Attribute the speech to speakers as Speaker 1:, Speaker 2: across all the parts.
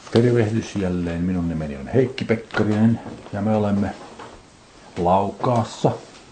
Speaker 1: Tervehdys jälleen, minun nimeni on Heikki Pekkarinen ja me olemme Laukaassa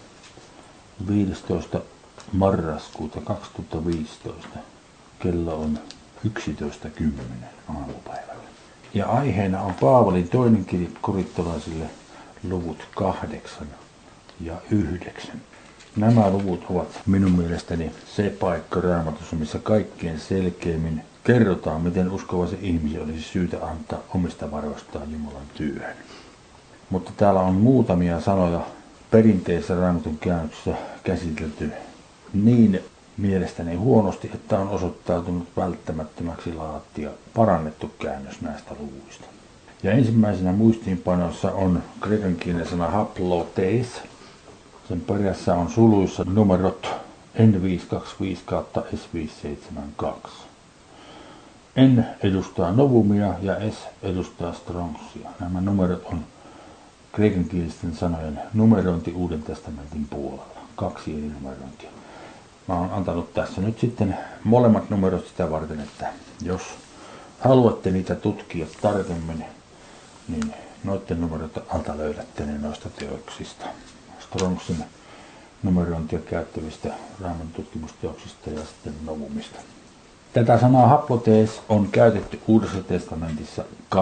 Speaker 1: 15. marraskuuta 2015. Kello on 11.10 aamupäivällä. Ja aiheena on Paavalin toinen kirje korintolaisille, luvut 8 ja 9. Nämä luvut ovat minun mielestäni se paikka Raamatussa, missä kaikkein selkeimmin kerrotaan, miten uskovaisen ihmisen olisi syytä antaa omista varoistaan Jumalan työhön. Mutta täällä on muutamia sanoja perinteisessä Raamatun käännöksessä käsitelty niin mielestäni huonosti, että on osoittautunut välttämättömäksi laatia parannettu käännös näistä luvuista. Ja ensimmäisenä muistiinpanossa on kreikan kielen sana haplotes. Sen perässä on suluissa numerot N525 kautta S572. N edustaa novumia ja S edustaa strongsia. Nämä numerot on kreikankielisten sanojen numerointi Uuden testamentin puolella. 2 eri numerointia. Mä oon antanut tässä nyt sitten molemmat numerot sitä varten, että jos haluatte niitä tutkia tarkemmin, niin noiden numerot alta löydätte ne noista teoksista. Strongsin numerointia käyttävistä Raamatun tutkimusteoksista ja sitten novumista. Tätä sanaa haplotes on käytetty Uudessa testamentissa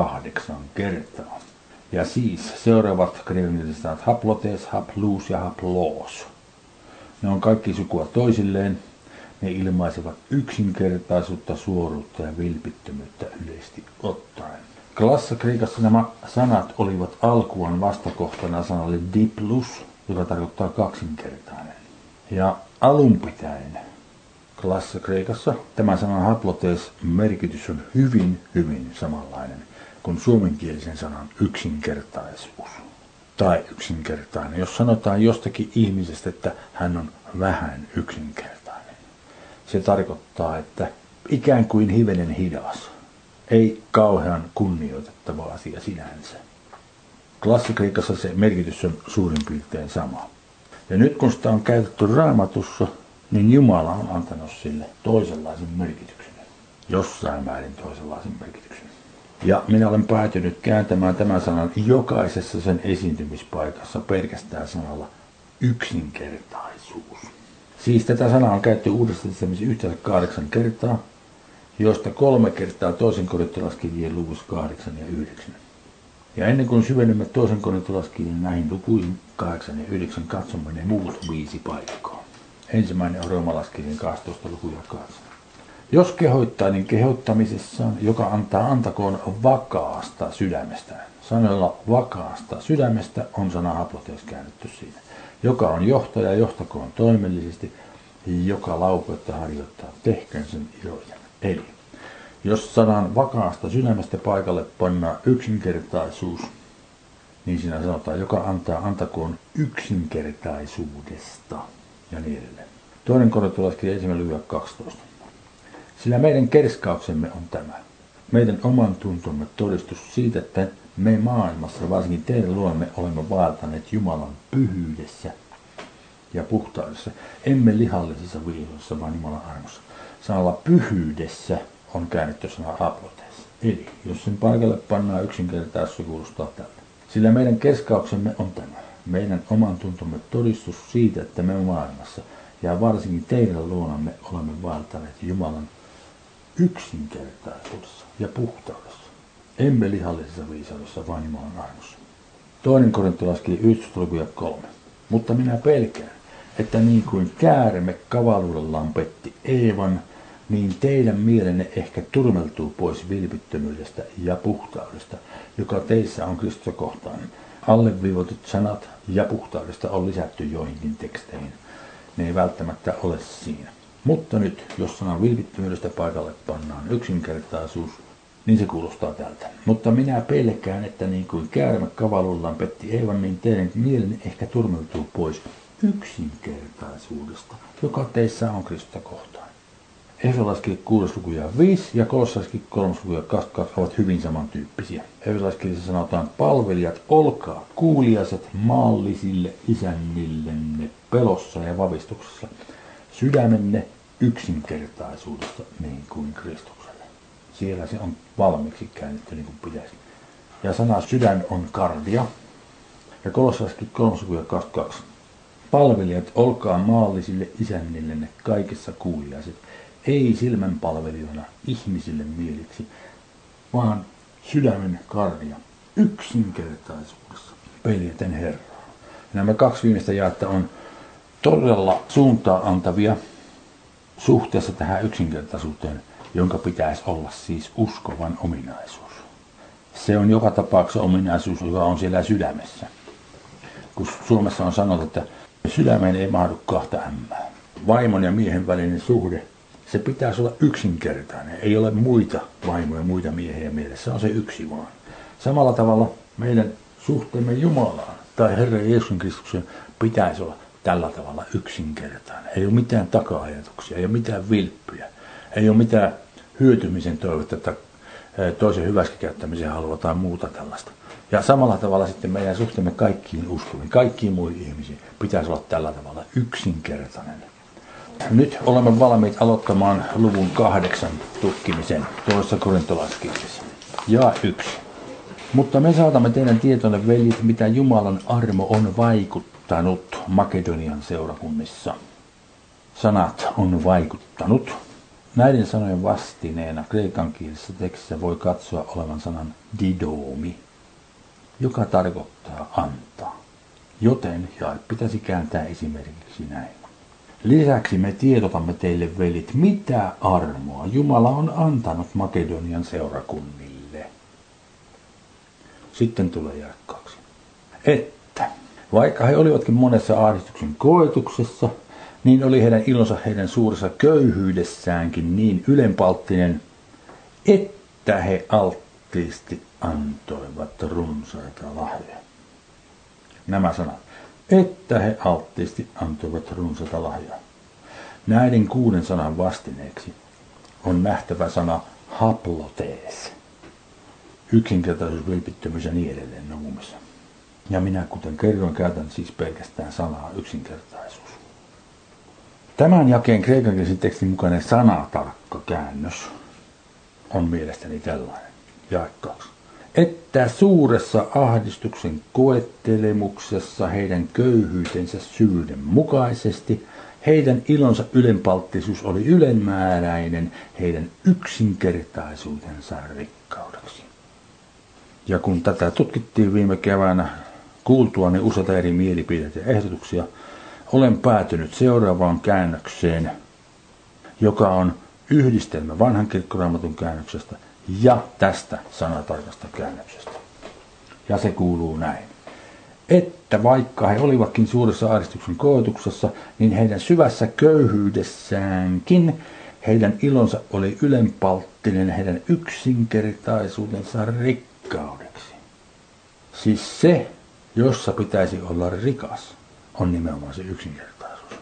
Speaker 1: 8 kertaa. Ja siis seuraavat kreikankieliset sanat haplotes, haplous ja haplos. Ne on kaikki sukua toisilleen. Ne ilmaisevat yksinkertaisuutta, suoruutta ja vilpittömyyttä yleisesti ottaen. Klassakriikassa nämä sanat olivat alkuaan vastakohtana sanalle diplus, joka tarkoittaa kaksinkertainen. Ja alun pitäen klassakriikassa tämä sanan haplotes merkitys on hyvin samanlainen kuin suomenkielisen sanan yksinkertaisuus tai yksinkertainen. Jos sanotaan jostakin ihmisestä, että hän on vähän yksinkertainen, se tarkoittaa, että ikään kuin hivenen hidas, ei kauhean kunnioitettava asia sinänsä. Klassikriikassa se merkitys on suurin piirtein sama. Ja nyt kun sitä on käytetty Raamatussa, niin Jumala on antanut sille toisenlaisen merkityksen. Jossain määrin toisenlaisen merkityksen. Ja minä olen päätynyt kääntämään tämän sanan jokaisessa sen esiintymispaikassa pelkästään sanalla yksinkertaisuus. Siis tätä sanaa on käytetty Uudessa testamentissa yhteensä 8 kertaa, joista 3 kertaa toisen korintolaiskirjeen luvussa 8 ja 9. Ja ennen kuin syvennymme toisen korintolaiskirjeen näihin lukuihin 8 ja 9, katsomme ne muut 5 paikkaa. Ensimmäinen on roomalaiskirjeen 12 luku ja 8. Jos kehoittaa, niin kehottamisessaan, joka antakoon vakaasta sydämestä. Sanalla vakaasta sydämestä on sana haplotes käännetty siinä. Joka on johtaja, johtakoon toimellisesti, joka laupeutta harjoittaa, tehköön sen iloisen. Eli jos sanan vakaasta sydämestä paikalle pannaan yksinkertaisuus, niin siinä sanotaan, joka antakoon yksinkertaisuudesta ja niin edelleen. Toinen korintolaiskirja 1. luku 12. Sillä meidän kerskauksemme on tämä. Meidän oman tuntomme todistus siitä, että me maailmassa, varsinkin teidän luomme, olemme vaeltaneet Jumalan pyhyydessä ja puhtaudessa. Emme lihallisessa viihossa, vaan Jumalan armossa. Sanalla pyhyydessä on käännetty sana haplotes. Eli jos sen paikalle pannaan yksinkertaisuus, se kuulostaa tältä. Sillä meidän kerskauksemme on tämä. Meidän oman tuntomme todistus siitä, että me maailmassa ja varsinkin teidän luonamme olemme vaeltaneet Jumalan yksinkertaisuudessa ja puhtaudessa. Emme lihallisessa viisaudessa, vaan Jumalan armossa. Toinen korintolaiskirja 11 luku 3. Mutta minä pelkään, että niin kuin käärme kavaluudellaan petti Eevan, niin teidän mielenne ehkä turmeltuu pois vilpittömyydestä ja puhtaudesta, joka teissä on Kristusta kohtaan. Alleviivotut sanat ja puhtaudesta on lisätty joihinkin teksteihin. Ne ei välttämättä ole siinä. Mutta nyt, jos sanan vilpittömyydestä paikalle pannaan yksinkertaisuus, niin se kuulostaa tältä. Mutta minä pelkään, että niin kuin käärme kavalullaan petti Eevan, niin teidän mielenne ehkä turmeltuu pois yksinkertaisuudesta, joka teissä on Kristusta kohtaan. Efesolaiskirja 6 luku 5 ja Kolossalaiskirja 3 luku 22 ovat hyvin samantyyppisiä. Efesolaiskirjassa sanotaan, palvelijat, olkaa kuuliaiset maallisille isännillenne pelossa ja vavistuksessa, sydämenne yksinkertaisuudesta niin kuin Kristukselle. Siellä se on valmiiksi käännetty niin kuin pitäisi. Ja sana sydän on kardia. Ja Kolossalaiskirje 3:22. Palvelijat, olkaa maallisille isännillenne kaikessa kuuliaiset, ei silmänpalvelijoina ihmisille mieliksi, vaan sydämen kardia yksinkertaisuudessa peljeten Herraa. Nämä kaksi viimeistä jaetta on todella suuntaa antavia suhteessa tähän yksinkertaisuuteen, jonka pitäisi olla siis uskovan ominaisuus. Se on joka tapauksessa ominaisuus, joka on siellä sydämessä. Kun Suomessa on sanottu, että sydämeen ei mahdu kahta ämmää. Vaimon ja miehen välinen suhde, se pitäisi olla yksinkertainen. Ei ole muita vaimoja, muita miehiä mielessä, se on se yksi vaan. Samalla tavalla meidän suhteemme Jumalaan tai Herran Jeesuksen Kristuksen pitäisi olla tällä tavalla yksinkertainen. Ei ole mitään taka-ajatuksia, ei ole mitään vilppyjä, ei ole mitään hyötymisen toivetta tai toisen hyväksikäyttämisen halua tai muuta tällaista. Ja samalla tavalla sitten meidän suhteemme kaikkiin uskoviin, kaikkiin muihin ihmisiin pitäisi olla tällä tavalla yksinkertainen. Nyt olemme valmiit aloittamaan luvun 8 tutkimisen toisessa korintolaiskirjassa. Jae 1. Mutta me saatamme teidän tietoille, veljet, mitä Jumalan armo on vaikuttanut Makedonian seurakunnissa. Sanat on vaikuttanut. Näiden sanojen vastineena kreikankielisessä tekstissä voi katsoa olevan sanan didomi, joka tarkoittaa antaa. Joten jae pitäisi kääntää esimerkiksi näin. Lisäksi me tiedotamme teille, velit, mitä armoa Jumala on antanut Makedonian seurakunnille. Sitten tulee jae 2. Että vaikka he olivatkin monessa ahdistuksen koetuksessa, niin oli heidän ilonsa heidän suuressa köyhyydessäänkin niin ylenpalttinen, että he alttiisti antoivat runsaita lahjoja. Nämä sanat. Että he alttiisti antoivat runsaita lahjoja. Näiden 6 sanan vastineeksi on nähtävä sana haplotees. Yksinkertaisuus, vilpittömyys ja niin edelleen nuumissa. Ja minä, kuten kerroin, käytän siis pelkästään sanaa yksinkertaisuus. Tämän jakeen kreikankielisen tekstin mukainen sanatarkka käännös on mielestäni tällainen. Jae 2. Että suuressa ahdistuksen koettelemuksessa heidän köyhyytensä syvyyden mukaisesti heidän ilonsa ylenpalttisuus oli ylenmääräinen heidän yksinkertaisuutensa rikkaudeksi. Ja kun tätä tutkittiin viime keväänä kuultuani useita eri mielipiteitä ja ehdotuksia, olen päätynyt seuraavaan käännökseen, joka on yhdistelmä vanhan kirkkoraamatun käännöksestä ja tästä sanatarkasta käännöksestä. Ja se kuuluu näin. Että vaikka he olivatkin suuressa ahdistuksen koetuksessa, niin heidän syvässä köyhyydessäänkin heidän ilonsa oli ylenpalttinen heidän yksinkertaisuutensa rikkaudeksi. Siis se, jossa pitäisi olla rikas, on nimenomaan se yksinkertaisuus.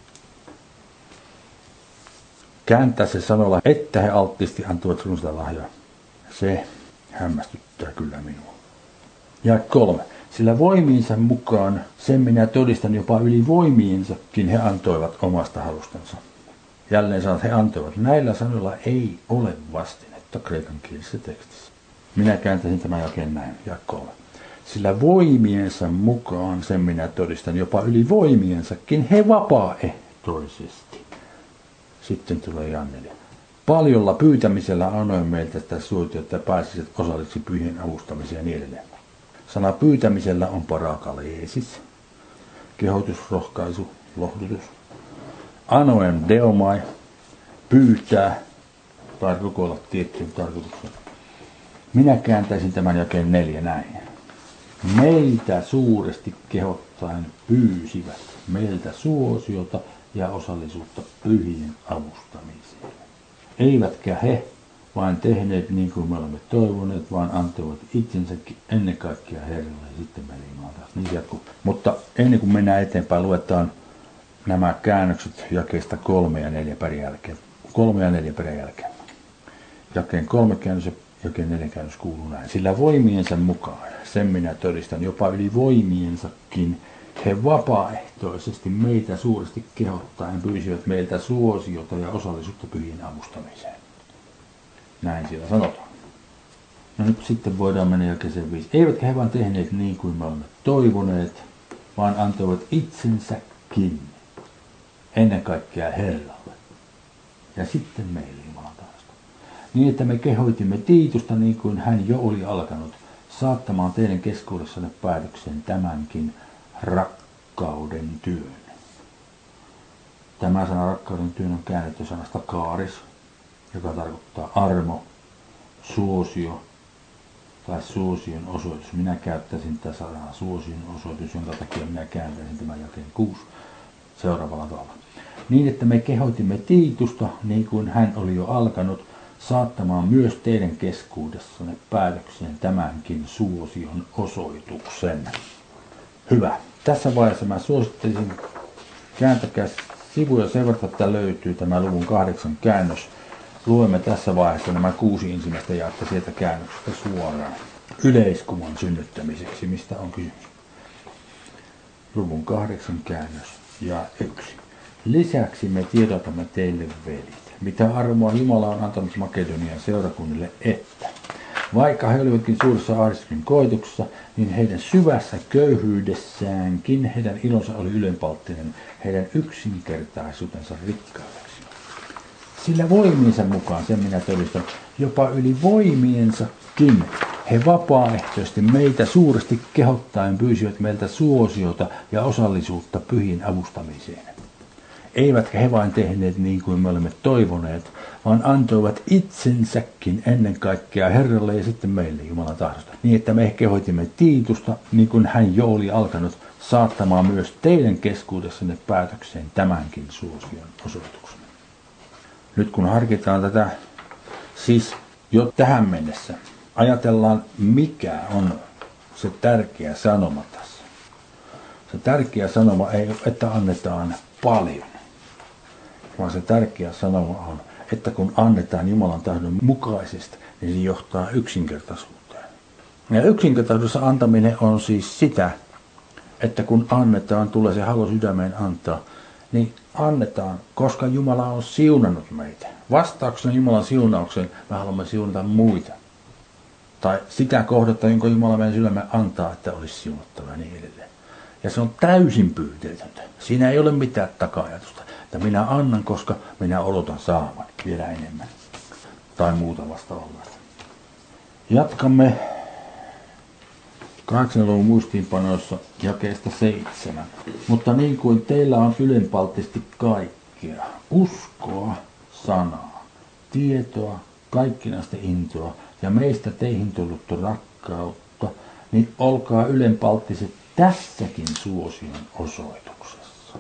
Speaker 1: Kääntää se sanalla, että he alttiisti antoivat runsaita lahjoja. Se hämmästyttää kyllä minua. Ja 3. Sillä voimiinsa mukaan, sen minä todistan jopa yli voimiinsakin he antoivat omasta halustansa. Jälleen sanat, he antoivat. Näillä sanoilla ei ole vastinetta kreikankielisessä tekstissä. Minä kääntäisin tämän jakeen näin. Ja 3. Sillä voimiensa mukaan, sen minä todistan jopa yli voimiensakin he vapaaehtoisesti. Sitten tulee jae 4. Paljolla pyytämisellä annoin meiltä sitä suotua, että pääsisit osalliseksi pyhien avustamiseen ja niin edelleen. Sana pyytämisellä on parakaleesis, kehotus, rohkaisu, lohdutus. Anoen deomai, pyytää tai rukoilla tiettyyn tarkoitukseen. Minä kääntäisin tämän jakeen 4 näin. Meiltä suuresti kehottaen pyysivät meiltä suosiota ja osallisuutta pyhien avustamiseen. Eivätkä he vain tehneet niin kuin me olemme toivoneet, vaan antoivat itsensäkin ennen kaikkea Herralle ja sitten välimaata. Niin jatkuu. Mutta ennen kuin mennään eteenpäin, luetaan nämä käännökset jakeista 3 ja 4 peräjälkeen. 3 ja 4 peräjälkeen. Jakeen 3 käännös ja jakeen 4 käännös kuuluu näin. Sillä voimiensa mukaan, sen minä todistan, jopa yli voimiensakin, he vapaaehtoisesti meitä suuresti kehottaen pyysivät meiltä suosiota ja osallisuutta pyhien avustamiseen. Näin siellä sanotaan. No nyt sitten voidaan mennä jakeeseen 5. Eivätkä he vaan tehneet niin kuin me olemme toivoneet, vaan antoivat itsensäkin ennen kaikkea Herralle ja sitten meille Jumalan tahdosta. Niin, että me kehoitimme Tiitusta niin kuin hän jo oli alkanut saattamaan teidän keskuudessanne päätökseen tämänkin rakkauden työn. Tämä sana rakkauden työn on käännetty sanasta kaaris, joka tarkoittaa armo, suosio tai suosion osoitus. Minä käyttäisin tätä sanaa suosion osoitus, jonka takia minä kääntäisin tämän jakeen 6 seuraavalla tavalla. Niin, että me kehoitimme Tiitusta, niin kuin hän oli jo alkanut, saattamaan myös teidän keskuudessanne päätökseen tämänkin suosion osoituksen. Hyvä. Tässä vaiheessa mä suosittelisin, kääntäkää sivuja sen verran, että löytyy tämä luvun 8 käännös. Luemme tässä vaiheessa nämä 6 ensimmäistä jaetta sieltä käännöksestä suoraan yleiskuvan synnyttämiseksi, mistä on kysymys. Luvun 8 käännös ja 1. Lisäksi me tiedotamme teille, velit, mitä armoa Jumala on antanut Makedonian seurakunnille, että vaikka he olivatkin suuressa ahdistuksen koetuksessa, niin heidän syvässä köyhyydessäänkin heidän ilonsa oli ylenpalttinen, heidän yksinkertaisuutensa rikkaudeksi. Sillä voimiensa mukaan, sen minä todistan, jopa yli voimiensakin, he vapaaehtoisesti meitä suuresti kehottaen pyysivät meiltä suosiota ja osallisuutta pyhin avustamiseen. Eivätkä he vain tehneet niin kuin me olemme toivoneet, vaan antoivat itsensäkin ennen kaikkea Herralle ja sitten meille Jumalan tahdosta. Niin, että me kehoitimme Tiitusta, niin kuin hän jo oli alkanut, saattamaan myös teidän keskuudessanne päätökseen tämänkin suosion osoituksen. Nyt kun harkitaan tätä, siis jo tähän mennessä, ajatellaan mikä on se tärkeä sanoma tässä. Se tärkeä sanoma ei ole, että annetaan paljon, vaan se tärkeä sanoma on, että kun annetaan Jumalan tahdon mukaisesti, niin se johtaa yksinkertaisuuteen. Ja yksinkertaisuudessa antaminen on siis sitä, että kun annetaan, tulee se halu sydämeen antaa, niin annetaan, koska Jumala on siunannut meitä. Vastauksena Jumalan siunaukseen me haluamme siunata muita. Tai sitä kohdetta, jonka Jumala meidän sydämeen antaa, että olisi siunattava ja niin edelleen. Ja se on täysin pyyteetöntä. Siinä ei ole mitään taka-ajatusta. Että minä annan, koska minä odotan saavan vielä enemmän. Tai muuta vastaavaa. Jatkamme 8. luvun muistiinpanoissa jakeesta 7. Mutta niin kuin teillä on ylenpalttisesti kaikkea, uskoa, sanaa, tietoa, kaikkinaista intoa ja meistä teihin tullutta rakkautta, niin olkaa ylenpalttiset tässäkin suosion osoituksessa.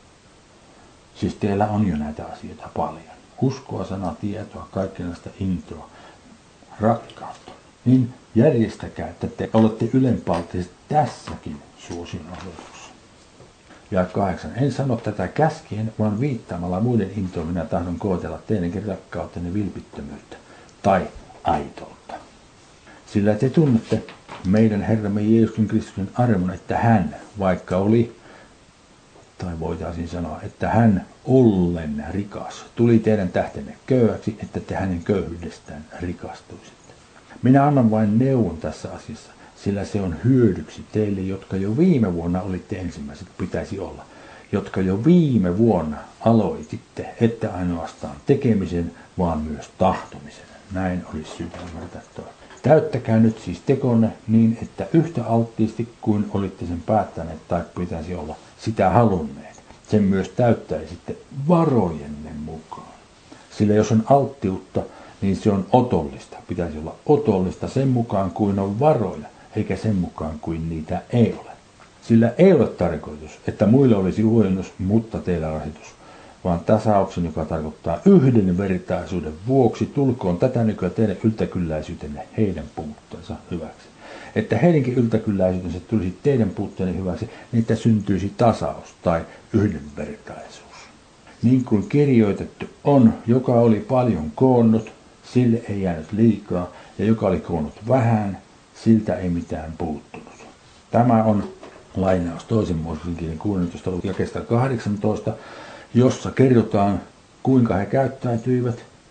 Speaker 1: Siis teillä on jo näitä asioita paljon. Uskoa, sanaa, tietoa, kaikkinaista intoa, rakkautta. Niin järjestäkää, että te olette ylenpalttiset tässäkin suosion osoituksessa. Ja 8. En sano tätä käskien, vaan viittaamalla muiden intoon minä tahdon koetella teidänkin rakkauttenne vilpittömyyttä tai aitoutta. Sillä te tunnette meidän Herramme Jeesuksen Kristuksen armon, että hän, vaikka oli, tai voitaisiin sanoa, että hän ollen rikas, tuli teidän tähtenne köyhäksi, että te hänen köyhyydestään rikastuisitte. Minä annan vain neuvon tässä asiassa, sillä se on hyödyksi teille, jotka jo viime vuonna olitte ensimmäiset, pitäisi olla, jotka jo viime vuonna aloititte, ette ainoastaan tekemisen, vaan myös tahtomisen. Näin olisi syytä ymmärtää toi. Täyttäkää nyt siis tekonne niin, että yhtä alttiisti kuin olitte sen päättäneet tai pitäisi olla sitä halunneet, sen myös täyttäisitte varojenne mukaan. Sillä jos on alttiutta, niin se on otollista. Pitäisi olla otollista sen mukaan kuin on varoja, eikä sen mukaan kuin niitä ei ole. Sillä ei ole tarkoitus, että muille olisi huojennus, mutta teillä rasitus, vaan tasauksen, joka tarkoittaa yhdenvertaisuuden vuoksi, tulkoon tätä nykyään teidän yltäkylläisyytenne heidän puutteensa hyväksi. Että heidänkin yltäkylläisyytensä tulisi teidän puutteenne hyväksi, niin että syntyisi tasaus tai yhdenvertaisuus. Niin kuin kirjoitettu on, joka oli paljon koonnut, sille ei jäänyt liikaa, ja joka oli koonnut vähän, siltä ei mitään puuttunut. Tämä on lainaus toisen Mooseksen kirjan 16. luvun jakeesta 18, jossa kerrotaan, kuinka he käyttäytyivät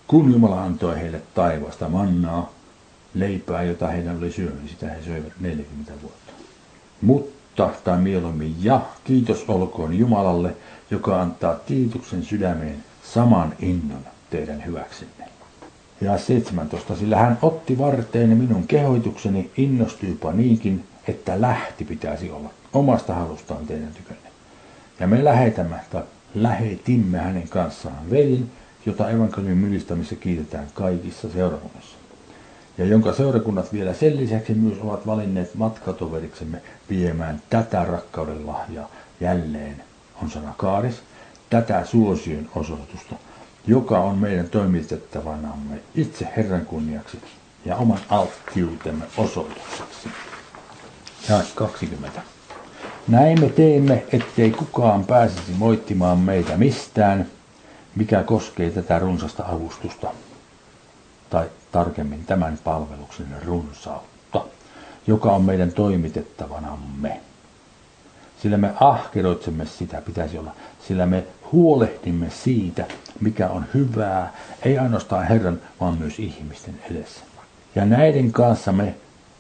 Speaker 1: kun Jumala antoi heille taivaasta mannaa, leipää, jota heidän oli syönyt, sitä he söivät 40 vuotta. Mutta, tai mieluummin kiitos olkoon Jumalalle, joka antaa Tiituksen sydämeen saman innon teidän hyväksenne. Ja 17, sillä hän otti varteen minun kehoitukseni, innostuypa niinkin, että pitäisi olla omasta halustaan teidän tykönne. Ja me lähetimme hänen kanssaan velin, jota evankeliumin ylistämisessä kiitetään kaikissa seurakunnissa. Ja jonka seurakunnat vielä sen lisäksi myös ovat valinneet matkatoveriksemme viemään tätä rakkauden lahjaa jälleen, on sana kaaris, tätä suosion osoitusta, joka on meidän toimitettavanamme itse Herran kunniaksi ja oman alttiutemme osoitukseksi. Ja 20. Näin me teemme, ettei kukaan pääsisi moittimaan meitä mistään, mikä koskee tätä runsasta avustusta, tai tarkemmin tämän palveluksen runsautta, joka on meidän toimitettavanamme. Sillä me ahkeroitsemme sitä, pitäisi olla, sillä me huolehdimme siitä, mikä on hyvää, ei ainoastaan Herran, vaan myös ihmisten edessä. Ja näiden kanssa me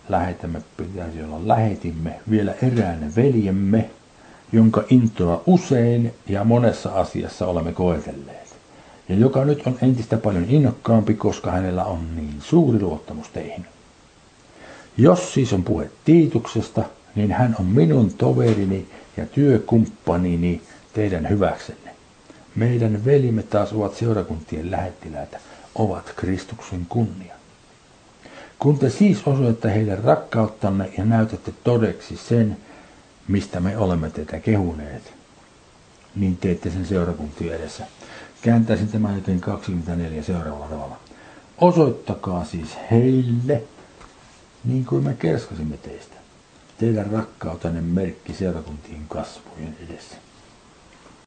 Speaker 1: lähetimme vielä erään veljemme, jonka intoa usein ja monessa asiassa olemme koetelleet, ja joka nyt on entistä paljon innokkaampi, koska hänellä on niin suuri luottamus teihin. Jos siis on puhe Tiituksesta, niin hän on minun toverini ja työkumppanini teidän hyväksenne. Meidän velimme taas ovat seurakuntien lähettiläitä, ovat Kristuksen kunnia. Kun te siis osoitatte heille rakkauttanne ja näytätte todeksi sen, mistä me olemme teitä kehuneet, niin teette sen seurakuntien edessä. Kääntäisin tämän jälkeen 24 seuraavalla tavalla. Osoittakaa siis heille, niin kuin me kerskasimme teistä, teidän rakkautenne merkki seurakuntien kasvojen edessä.